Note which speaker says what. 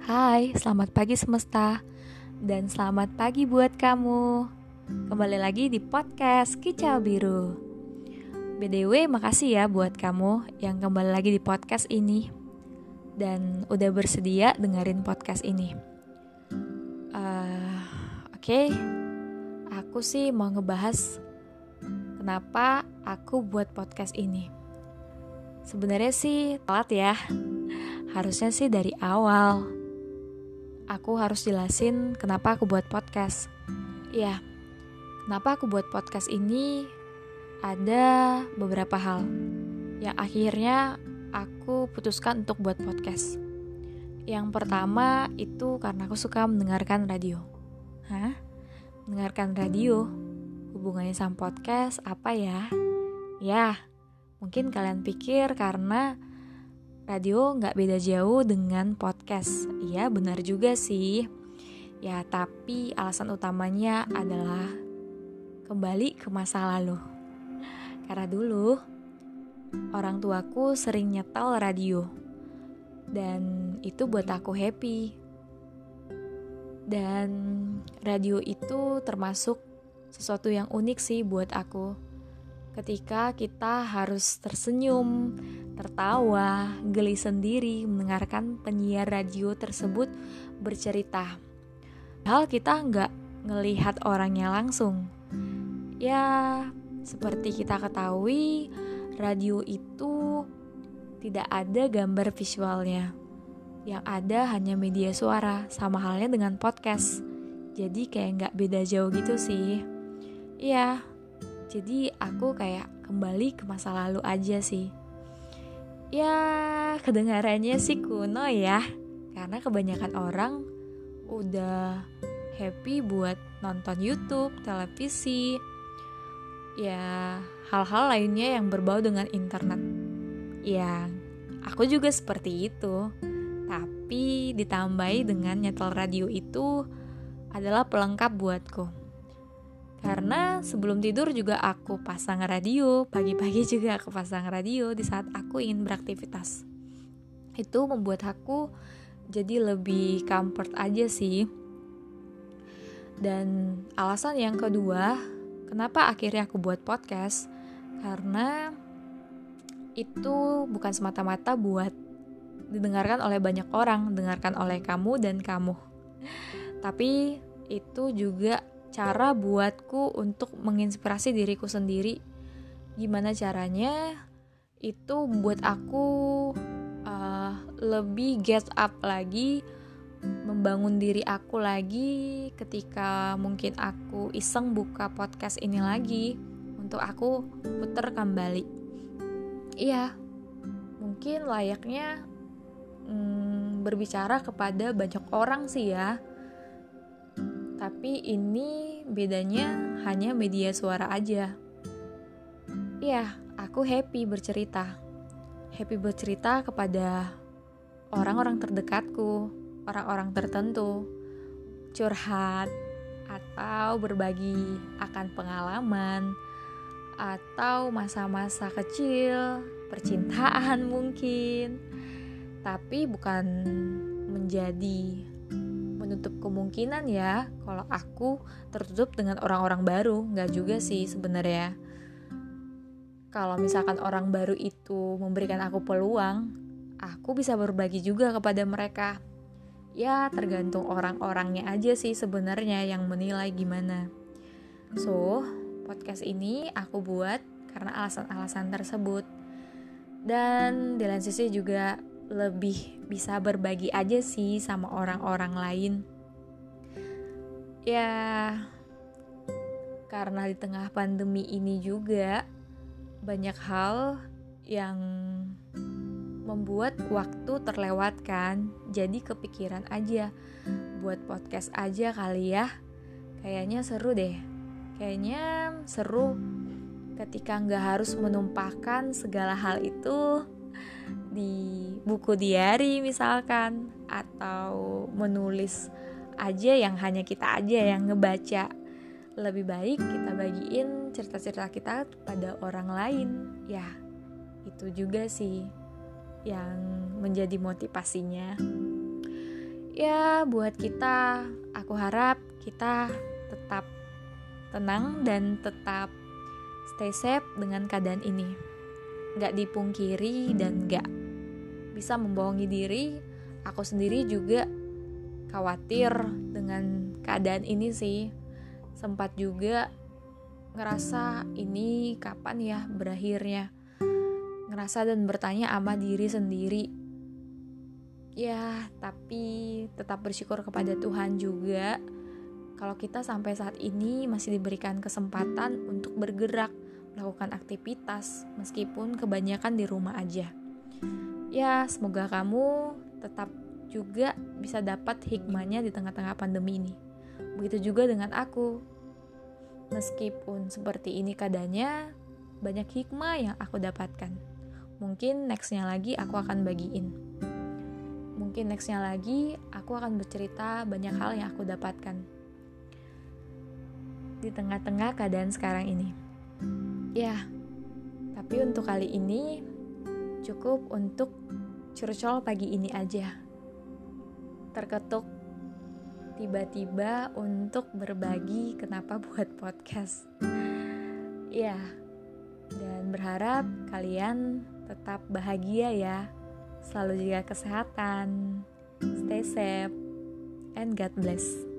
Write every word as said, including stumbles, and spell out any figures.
Speaker 1: Hai, selamat pagi semesta. Dan selamat pagi buat kamu. Kembali lagi di podcast Kicau Biru. B T W makasih ya buat kamu yang kembali lagi di podcast ini dan udah bersedia dengerin podcast ini. uh, Oke, okay. Aku sih mau ngebahas kenapa aku buat podcast ini. Sebenarnya sih telat ya. Harusnya sih dari awal aku harus jelasin kenapa aku buat podcast. Ya, kenapa aku buat podcast ini ada beberapa hal yang akhirnya aku putuskan untuk buat podcast. Yang pertama itu karena aku suka mendengarkan radio. Hah? Mendengarkan radio? Hubungannya sama podcast apa ya? Ya, mungkin kalian pikir karena radio gak beda jauh dengan podcast. Iya benar juga sih. Ya tapi alasan utamanya adalah kembali ke masa lalu. Karena dulu orang tuaku sering nyetel radio dan itu buat aku happy. Dan radio itu termasuk sesuatu yang unik sih buat aku. Ketika kita harus tersenyum, tertawa, geli sendiri mendengarkan penyiar radio tersebut bercerita. Hal kita nggak ngelihat orangnya langsung. Ya, seperti kita ketahui, radio itu tidak ada gambar visualnya. Yang ada hanya media suara, sama halnya dengan podcast. Jadi kayak nggak beda jauh gitu sih. Iya. Jadi aku kayak kembali ke masa lalu aja sih. Ya kedengarannya sih kuno ya. Karena kebanyakan orang udah happy buat nonton YouTube, televisi, ya hal-hal lainnya yang berbau dengan internet. Ya aku juga seperti itu. Tapi ditambahi dengan nyetel radio itu adalah pelengkap buatku. Karena sebelum tidur juga aku pasang radio, pagi-pagi juga aku pasang radio di saat aku ingin beraktivitas. Itu membuat aku jadi lebih comfort aja sih. Dan alasan yang kedua, kenapa akhirnya aku buat podcast? Karena itu bukan semata-mata buat didengarkan oleh banyak orang, didengarkan oleh kamu dan kamu. Tapi itu juga cara buatku untuk menginspirasi diriku sendiri. Gimana caranya? Itu buat aku uh, lebih get up lagi, membangun diri aku lagi ketika mungkin aku iseng buka podcast ini lagi untuk aku putar kembali. Iya, mungkin layaknya hmm, berbicara kepada banyak orang sih ya. Tapi ini bedanya hanya media suara aja. Iya, aku happy bercerita. Happy bercerita kepada orang-orang terdekatku, orang-orang tertentu. Curhat, atau berbagi akan pengalaman, atau masa-masa kecil, percintaan mungkin. Tapi bukan menjadi menutup kemungkinan ya kalau aku tertutup dengan orang-orang baru. Nggak juga sih sebenarnya. Kalau misalkan orang baru itu memberikan aku peluang, aku bisa berbagi juga kepada mereka. Ya tergantung orang-orangnya aja sih sebenarnya yang menilai gimana. So, podcast ini aku buat karena alasan-alasan tersebut. Dan di lain sisi juga lebih bisa berbagi aja sih sama orang-orang lain. Ya, karena di tengah pandemi ini juga banyak hal yang membuat waktu terlewatkan. Jadi kepikiran aja buat podcast aja kali ya. Kayaknya seru deh. Kayaknya seru ketika gak harus menumpahkan segala hal itu di buku diary misalkan, atau menulis aja yang hanya kita aja yang ngebaca. Lebih baik kita bagiin cerita-cerita kita pada orang lain. Ya, itu juga sih yang menjadi motivasinya. Ya, buat kita, aku harap kita tetap tenang dan tetap stay safe dengan keadaan ini. Gak dipungkiri dan gak bisa membohongi diri, aku sendiri juga khawatir dengan keadaan ini sih. Sempat juga ngerasa ini kapan ya berakhirnya. Ngerasa dan bertanya sama diri sendiri. Ya, tapi tetap bersyukur kepada Tuhan juga kalau kita sampai saat ini masih diberikan kesempatan untuk bergerak, melakukan aktivitas, meskipun kebanyakan di rumah aja. Ya, semoga kamu tetap juga bisa dapat hikmahnya di tengah-tengah pandemi ini. Begitu juga dengan aku. Meskipun seperti ini keadaannya, banyak hikmah yang aku dapatkan. Mungkin nextnya lagi aku akan bagiin. Mungkin nextnya lagi aku akan bercerita banyak hal yang aku dapatkan di tengah-tengah keadaan sekarang ini. Ya, tapi untuk kali ini cukup untuk curcol pagi ini aja. Terketuk tiba-tiba untuk berbagi kenapa buat podcast. Ya, dan berharap kalian tetap bahagia ya. Selalu jaga kesehatan, stay safe, and God bless.